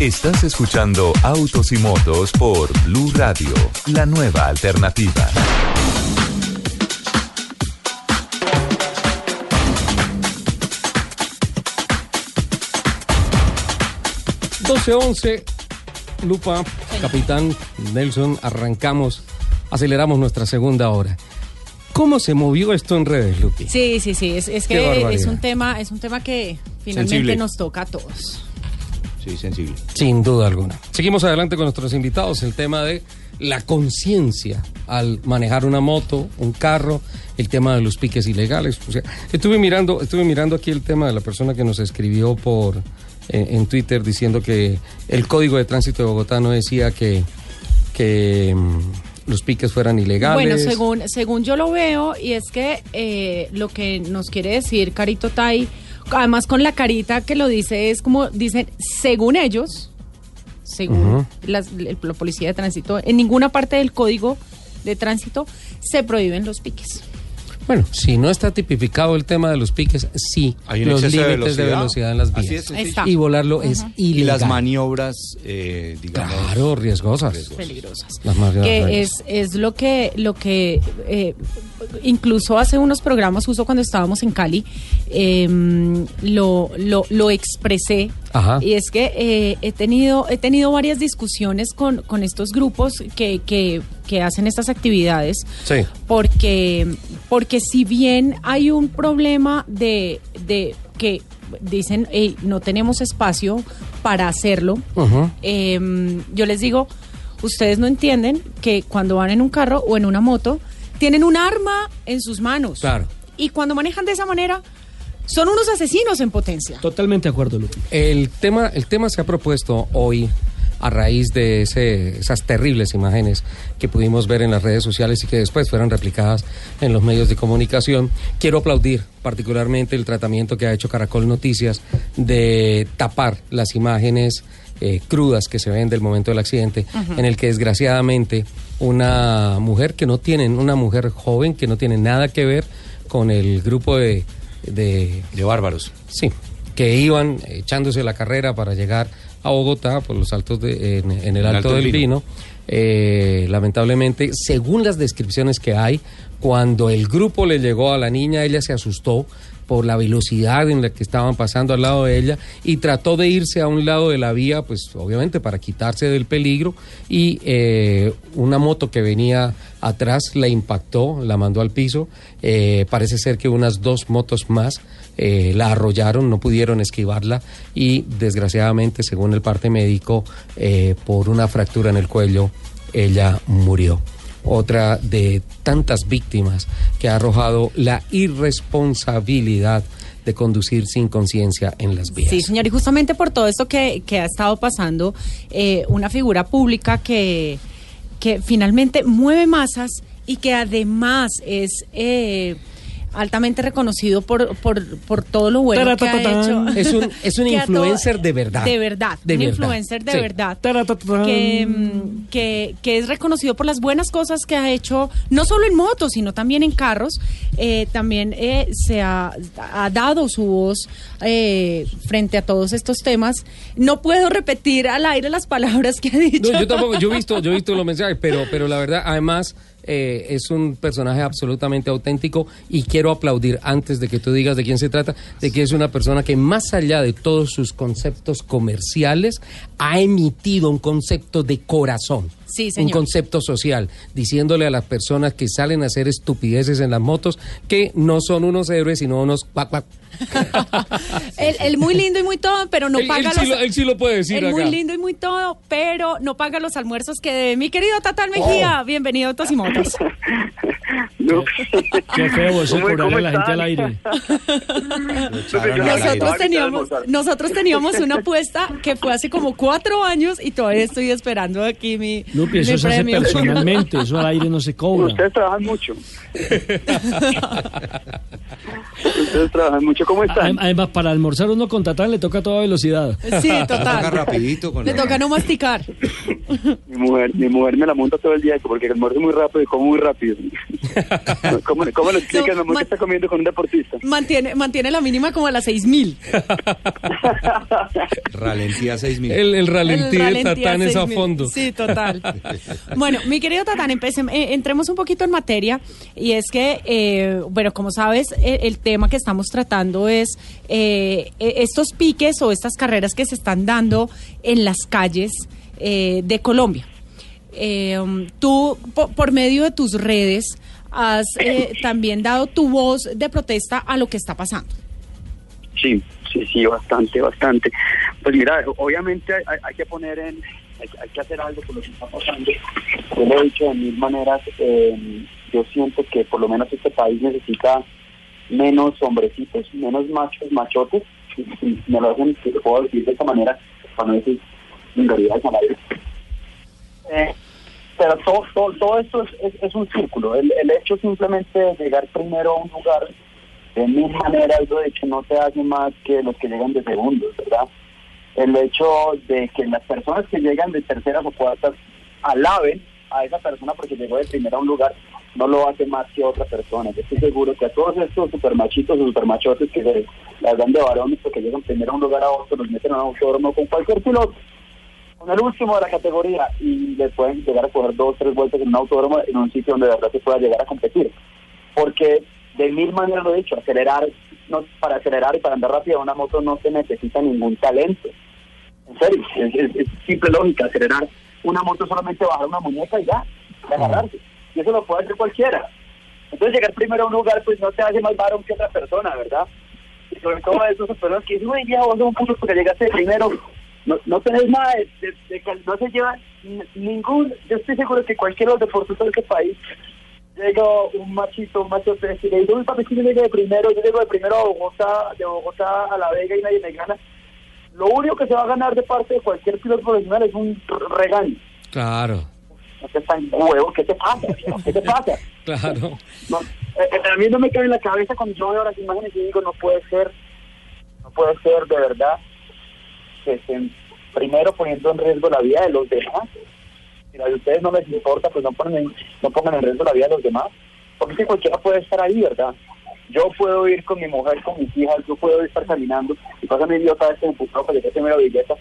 Estás escuchando Autos y Motos por Blue Radio, la nueva alternativa. (12:11), Lupa, Capitán Nelson, aceleramos nuestra segunda hora. ¿Cómo se movió esto en redes, Lupi? Sí, es que es un tema que finalmente sensible. Nos toca a todos. Sí, sensible. Sin duda alguna. Seguimos adelante con nuestros invitados, el tema de la conciencia al manejar una moto, un carro, el tema de los piques ilegales. O sea, estuve mirando aquí el tema de la persona que nos escribió en Twitter diciendo que el Código de Tránsito de Bogotá no decía que los piques fueran ilegales. Bueno, según yo lo veo, y es que lo que nos quiere decir Carito Tai, además con la carita que lo dice, es como dicen, según ellos, según la policía de tránsito, en ninguna parte del Código de Tránsito se prohíben los piques. Bueno, si no está tipificado el tema de los piques, sí, hay un los límites de velocidad en las vías. Y volarlo es ilegal. Y las maniobras, digamos... Claro, riesgosas. Peligrosas. Las más que es lo que incluso hace unos programas, justo cuando estábamos en Cali, lo expresé. Ajá. Y es que he tenido varias discusiones con estos grupos que hacen estas actividades. Sí. Porque si bien hay un problema de que dicen, hey, no tenemos espacio para hacerlo, yo les digo, ustedes no entienden que cuando van en un carro o en una moto, tienen un arma en sus manos. Claro. Y cuando manejan de esa manera, son unos asesinos en potencia. Totalmente de acuerdo, Lupi. El tema se ha propuesto hoy a raíz de esas terribles imágenes que pudimos ver en las redes sociales y que después fueron replicadas en los medios de comunicación. Quiero aplaudir particularmente el tratamiento que ha hecho Caracol Noticias de tapar las imágenes crudas que se ven del momento del accidente, en el que desgraciadamente una mujer joven que no tiene nada que ver con el grupo de bárbaros. Sí, que iban echándose la carrera para llegar a Bogotá por los altos en el Alto del Vino. Lamentablemente, según las descripciones que hay, cuando el grupo le llegó a la niña, ella se asustó por la velocidad en la que estaban pasando al lado de ella y trató de irse a un lado de la vía, pues obviamente para quitarse del peligro, y una moto que venía atrás la impactó, la mandó al piso. Parece ser que unas 2 motos más la arrollaron, no pudieron esquivarla y desgraciadamente, según el parte médico, por una fractura en el cuello, ella murió. Otra de tantas víctimas que ha arrojado la irresponsabilidad de conducir sin conciencia en las vías. Sí, señor, y justamente por todo esto que ha estado pasando, una figura pública que finalmente mueve masas y que además es altamente reconocido por todo lo bueno que ha hecho. Es un influencer de verdad. De verdad. Un influencer de verdad. Que es reconocido por las buenas cosas que ha hecho, no solo en motos, sino también en carros. También se ha dado su voz frente a todos estos temas. No puedo repetir al aire las palabras que ha dicho. No, yo tampoco, yo he visto los mensajes, pero la verdad, además, es un personaje absolutamente auténtico y quiero aplaudir, antes de que tú digas de quién se trata, de que es una persona que más allá de todos sus conceptos comerciales ha emitido un concepto de corazón. Sí, señor. Un concepto social, diciéndole a las personas que salen a hacer estupideces en las motos que no son unos héroes, sino unos cuac. Él muy lindo y muy todo, pero no paga él sí lo puede decir acá. Muy lindo y muy todo, pero no paga los almuerzos que debe. Mi querido Tatán Mejía, bienvenido a Autos y Motos. No. Qué feo eso, cobrarle a la gente al aire. Nosotros teníamos una apuesta que fue hace como 4 años y todavía estoy esperando aquí mi Lupi, eso se hace personalmente, eso al aire no se cobra. Ustedes trabajan mucho. Ustedes trabajan mucho, ¿cómo están? Además, para almorzar uno con Tatán le toca a toda velocidad. Sí, total. Rapidito le toca no masticar. Mi mujer me la monta todo el día porque almuerzo muy rápido y como muy rápido. ¿Cómo lo explicas, mi amor, que está comiendo con un deportista? Mantiene la mínima como a las 6.000. Ralentía 6.000. El ralentí de Tatán es a fondo. Sí, total. Bueno, mi querido Tatán, entremos un poquito en materia, y es que, bueno, como sabes, el tema que estamos tratando es estos piques o estas carreras que se están dando en las calles de Colombia. Tú, por medio de tus redes, has también dado tu voz de protesta a lo que está pasando. Sí, bastante. Pues mira, obviamente hay que poner hay que hacer algo con lo que está pasando. Yo lo he dicho de mil maneras. Yo siento que por lo menos este país necesita menos hombrecitos, menos machotes. Si me lo hacen, si lo puedo decir de esta manera, cuando decir minorías al aire. Pero todo esto es un círculo. El hecho simplemente de llegar primero a un lugar, de mil maneras, lo hecho no te hace más que los que llegan de segundos, ¿verdad? El hecho de que las personas que llegan de terceras o cuartas alaben a esa persona porque llegó de primera a un lugar, no lo hace más que otra persona. Yo estoy seguro que a todos estos supermachitos o supermachotes que se las dan de varones porque llegan primero a un lugar a otro, los meten a un autódromo con cualquier piloto, con el último de la categoría, y le pueden llegar a coger 2 o 3 vueltas en un autódromo en un sitio donde de verdad se pueda llegar a competir. Porque de mil maneras lo he dicho, para acelerar y para andar rápido una moto no se necesita ningún talento. En serio, es simple lógica. Acelerar una moto solamente bajar una muñeca y ya, de agarrarse. Y eso lo puede hacer cualquiera. Entonces llegar primero a un lugar pues no te hace más varón que otra persona, ¿verdad? Y sobre todo de esas personas que dicen, uy, ya vos sos un puto porque llegaste primero. No tenés nada no se lleva ningún. Yo estoy seguro que cualquier deportista de este país llega un machote y le dice, uy, papi, si yo llego de primero a Bogotá, de Bogotá a La Vega y nadie me gana. Lo único que se va a ganar de parte de cualquier piloto profesional es un regaño. Claro. No te están huevo, ¿qué te pasa? ¿Qué te pasa? Claro. No, a mí no me cabe en la cabeza cuando yo veo las imágenes y digo, no puede ser de verdad que estén primero poniendo en riesgo la vida de los demás. Si a ustedes no les importa, pues no pongan en riesgo la vida de los demás, porque si cualquiera puede estar ahí, ¿verdad? Yo puedo ir con mi mujer, con mis hijas, yo puedo estar caminando y pasa mi idiota este empujado que llegue primero billeta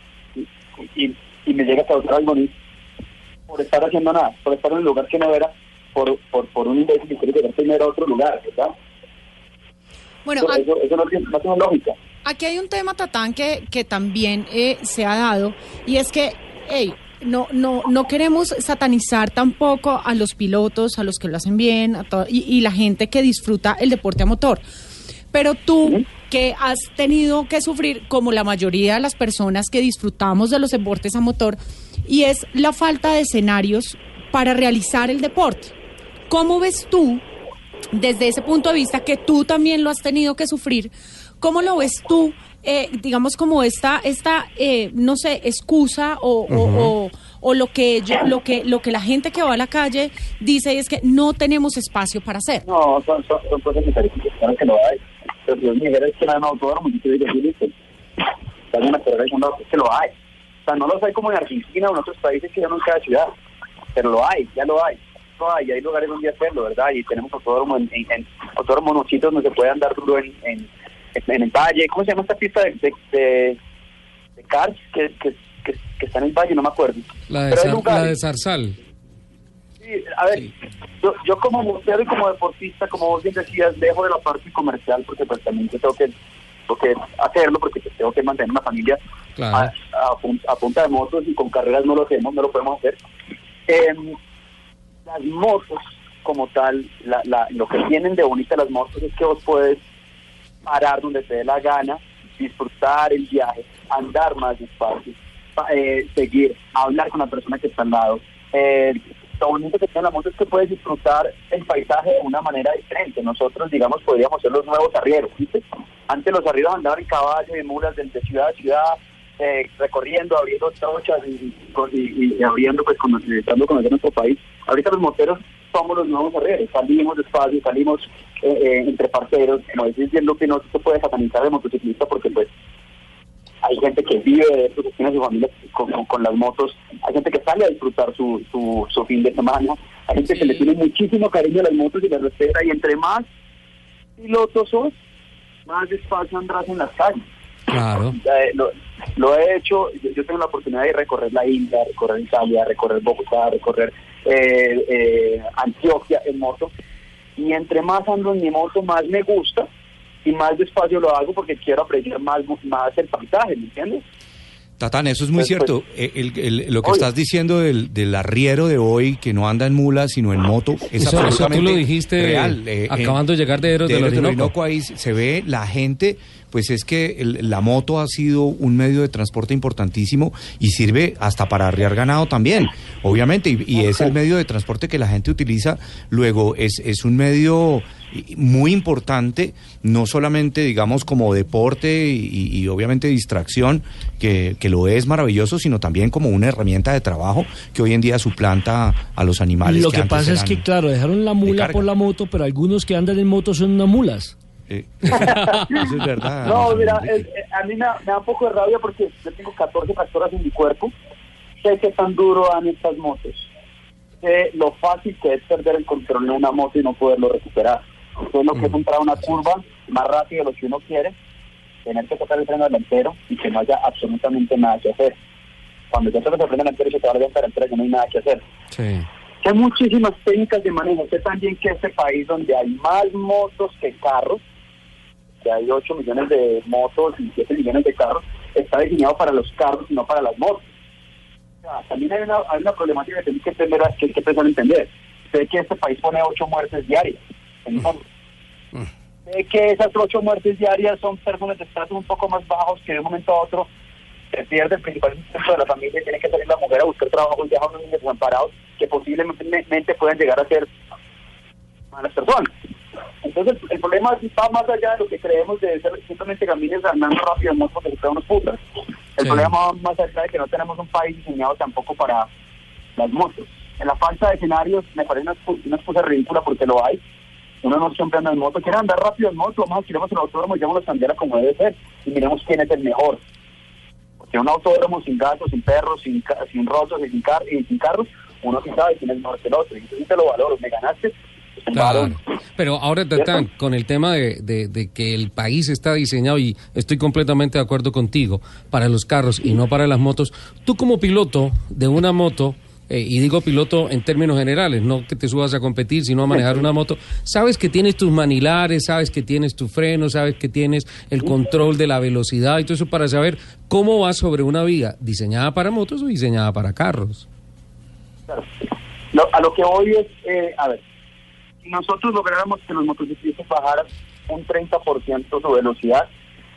y me llega a causar algo bonito por estar haciendo nada, por estar en el lugar que no era, por un imbécil que quiere llegar primero a otro lugar, ¿verdad? Bueno, eso no tiene lógica. Aquí hay un tema, Tatán, que también se ha dado, y es que, no queremos satanizar tampoco a los pilotos, a los que lo hacen bien, y la gente que disfruta el deporte a motor. Pero tú, que has tenido que sufrir, como la mayoría de las personas que disfrutamos de los deportes a motor, y es la falta de escenarios para realizar el deporte. ¿Cómo ves tú, desde ese punto de vista, que tú también lo has tenido que sufrir? ¿Cómo lo ves tú, digamos, como esta no sé, excusa o lo que la gente que va a la calle dice es que no tenemos espacio para hacer? No, son cosas diferentes, claro que lo hay. Pero si los mujeres que van a autódromo, yo te digo, también es que lo hay. O sea, no los hay como en Argentina o en otros países que ya no en cada ciudad, pero lo hay, ya lo hay. Y hay lugares donde hacerlo, ¿verdad? Y tenemos autódromo en autódromo monocitos donde se puede andar duro en el valle. ¿Cómo se llama esta pista de cars que está en el valle? No me acuerdo. La de Zarzal. Sí, a ver, sí. Yo como museo y como deportista, como vos bien decías, dejo de la parte comercial porque pues también yo tengo que hacerlo porque pues, tengo que mantener una familia. Claro. a punta de motos, y con carreras no lo podemos hacer. Las motos como tal, lo que tienen de bonita las motos es que vos puedes parar donde te dé la gana, disfrutar el viaje, andar más despacio, seguir, hablar con la persona que está al lado. Lo bonito que tiene la moto es que puedes disfrutar el paisaje de una manera diferente. Nosotros, digamos, podríamos ser los nuevos arrieros, ¿viste? Antes los arrieros andaban en caballos y mulas de ciudad a ciudad, recorriendo, abriendo trochas y abriendo, pues, estando con nuestro país. Ahorita los moteros somos los nuevos arrieros, salimos despacio, salimos entre parceros. Como decís bien, lo que no se puede satanizar de motociclista porque, pues, hay gente que vive de eso, que tiene su familia con las motos, hay gente que sale a disfrutar su fin de semana, hay gente que le tiene muchísimo cariño a las motos y las respeta, y entre más pilotos sos, más despacio andrás en las calles. Claro. Lo he hecho, yo tengo la oportunidad de recorrer la India, recorrer Italia, recorrer Bogotá, recorrer Antioquia en moto, y entre más ando en mi moto, más me gusta y más despacio lo hago porque quiero apreciar más el paisaje, ¿me entiendes? Tatán, eso es muy cierto. Lo que estás diciendo del arriero de hoy, que no anda en mula, sino en moto, es absolutamente tú lo dijiste real. Acabando de llegar de Héroes del Orinoco. Ahí se ve la gente, pues es que la moto ha sido un medio de transporte importantísimo y sirve hasta para arriar ganado también, obviamente, y es el medio de transporte que la gente utiliza. Luego es un medio muy importante, no solamente, digamos, como deporte y obviamente distracción, que lo es maravilloso, sino también como una herramienta de trabajo que hoy en día suplanta a los animales. Lo que pasa es que, claro, dejaron la mula por la moto, pero algunos que andan en moto son unas mulas. Eso es verdad. No, mira, a mí me da un poco de rabia porque yo tengo 14 fracturas en mi cuerpo, sé que tan duro dan estas motos, sé lo fácil que es perder el control de una moto y no poderlo recuperar. Entonces lo que es entrar a una curva más rápido de lo que uno quiere, tener que tocar el freno delantero y que no haya absolutamente nada que hacer. Cuando ya tocas el freno delantero y se te va a levantar delantera, ya no hay nada que hacer. Sí. Hay muchísimas técnicas de manejo. Sé también que este país donde hay más motos que carros, que hay 8 millones de motos y 7 millones de carros, está diseñado para los carros y no para las motos. O sea, también hay una problemática que tenemos que empezar a entender. Sé que este país pone 8 muertes diarias en motos. Sé que esas 8 muertes diarias son personas de estratos un poco más bajos que de un momento a otro se pierde el principal sustento de la familia y tiene que salir la mujer a buscar trabajo y dejar a unos niños desamparados que posiblemente pueden llegar a ser malas personas. Entonces el problema va más allá de lo que creemos de ser simplemente gamines andando rápido en motos porque se quedan unos putas. El problema va más allá de que no tenemos un país diseñado tampoco para las motos. En la falta de escenarios me parece una excusa ridícula porque lo hay. Uno no siempre anda en moto, quiere andar rápido en moto, vamos a tirarnos el autódromo y llevamos la sandera como debe ser y miremos quién es el mejor. Porque un autódromo sin gatos, sin perros, sin rotos y sin carros, uno sí sabe quién es mejor que el otro. Y yo sí te lo valoro, me ganaste. Claro. Pero ahora, Tatán, con el tema de que el país está diseñado, y estoy completamente de acuerdo contigo, para los carros y no para las motos, tú como piloto de una moto, y digo piloto en términos generales, no que te subas a competir, sino a manejar una moto, sabes que tienes tus manilares, sabes que tienes tu freno, sabes que tienes el control de la velocidad y todo eso para saber cómo vas sobre una vía diseñada para motos o diseñada para carros. Claro. A lo que voy es, a ver, si nosotros lográramos que los motociclistas bajaran un 30% su velocidad,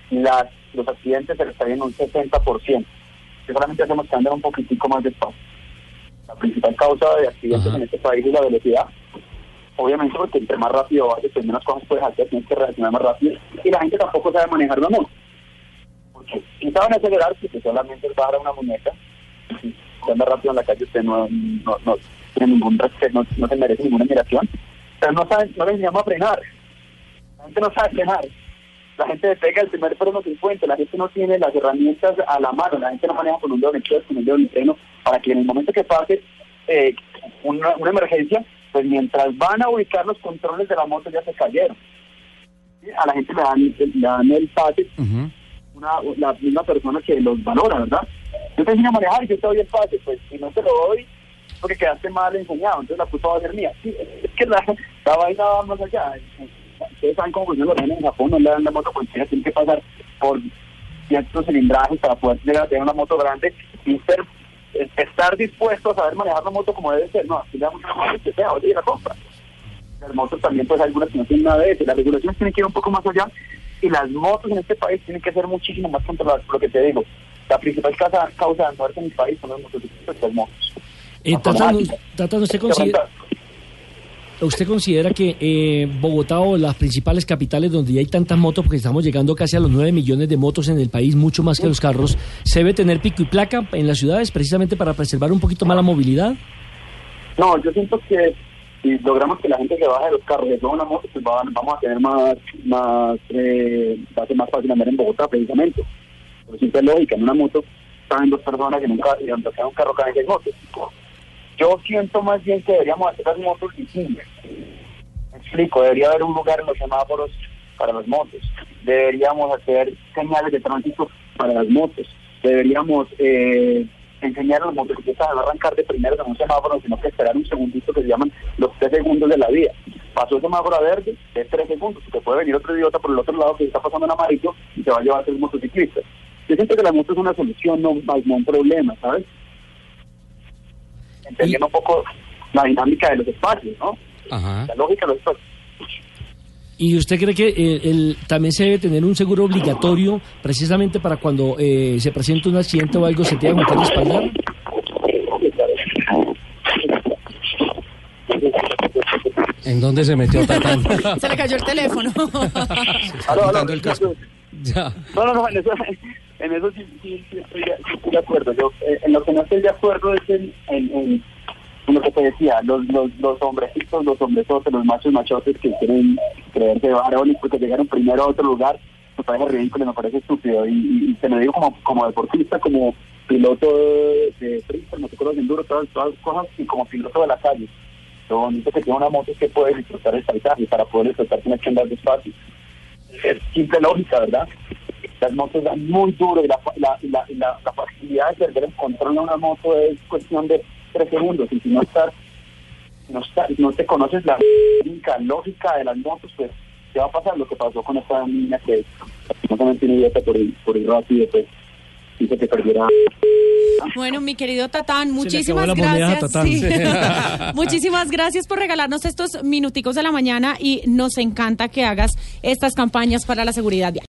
los accidentes se les estarían un 60%. Si solamente hacemos que anden un poquitico más despacio. La principal causa de accidentes en este país es la velocidad. Obviamente porque entre más rápido vas, pues menos cosas puedes hacer, tienes que reaccionar más rápido. Y la gente tampoco sabe manejar una moto. Porque si saben acelerar, pues solamente es bajar a una muñeca. Si anda rápido en la calle, usted no tiene ningún respeto, no se merece ninguna admiración. Pero no les enseñamos a frenar. La gente no sabe frenar. La gente le pega el primer freno que encuentra. La gente no tiene las herramientas a la mano. La gente no maneja con un dedo en el pie, con un dedo en el freno, para que en el momento que pase una emergencia, pues mientras van a ubicar los controles de la moto ya se cayeron. ¿Sí? A la gente le dan el pase, la misma persona que los valora, ¿verdad? Yo te enseño a manejar y yo te doy el pase, pues si no te lo doy, porque quedaste mal enseñado, entonces la culpa va a ser mía. Sí, es que la vaina va más allá. Ustedes saben cómo funciona los en Japón, no le dan la moto cualquiera, tiene que pasar por ciertos cilindrajes para poder llegar a tener una moto grande y estar dispuesto a saber manejar la moto como debe ser. No, si le damos una moto que sea, oye, la compra. Las motos también, pues algunas que no tienen nada de eso. Las regulaciones tienen que ir un poco más allá y las motos en este país tienen que ser muchísimo más controladas. Por lo que te digo, la principal causa de muerte en mi país son los motociclistas y las motos. Tatán, ¿usted considera que Bogotá o las principales capitales donde ya hay tantas motos, porque estamos llegando casi a los 9 millones de motos en el país, mucho más que los carros, se debe tener pico y placa en las ciudades precisamente para preservar un poquito más la movilidad? No, yo siento que si logramos que la gente se baje de los carros y tome una moto, pues vamos a tener va a ser más fácil andar en Bogotá precisamente. por simple lógica, en una moto caben 2 personas, y donde queda un carro caben 6 motos. Yo siento más bien que deberíamos hacer las motos distintas. Me explico, debería haber un lugar en los semáforos para las motos, deberíamos hacer señales de tránsito para las motos, deberíamos enseñar a los motociclistas a no arrancar de primero en un semáforo, sino que esperar un segundito que se llaman los 3 segundos de la vida. Pasó el semáforo a verde, es 3 segundos, porque puede venir otro idiota por el otro lado que está pasando en amarillo y se va a llevar a ser motociclista. Yo siento que la moto es una solución, no un problema, ¿sabes? Entendiendo un poco la dinámica de los espacios, ¿no? Ajá. La lógica de los espacios. ¿Y usted cree que también se debe tener un seguro obligatorio precisamente para cuando se presenta un accidente o algo se tenga que respaldar? ¿En dónde se metió Tatán? Se le cayó el teléfono. El casco. Ya. No, en eso sí estoy de acuerdo. Yo, en lo que no estoy de acuerdo es en lo que te decía, los hombrecitos, los hombresotes, los machotes que quieren creerse varones porque llegaron primero a otro lugar, me parece ridículo, me parece estúpido. Y te lo digo como deportista, como piloto de freestyle, motocross, de enduro, todas las cosas, y como piloto de la calle. Lo bonito que tiene una moto es que puedes disfrutar el paisaje, para poder disfrutar tienes que andar despacio. Es simple lógica, ¿verdad? Las motos dan muy duro y la facilidad de perder el control de una moto es cuestión de 3 segundos, y si no te conoces la lógica de las motos, pues ¿qué va a pasar? Lo que pasó con esta niña que no tiene idiota por ir rápido, pues hizo que perdiera. Bueno, mi querido Tatán, muchísimas gracias. Tatán. Sí. Muchísimas gracias por regalarnos estos minuticos de la mañana y nos encanta que hagas estas campañas para la seguridad vial.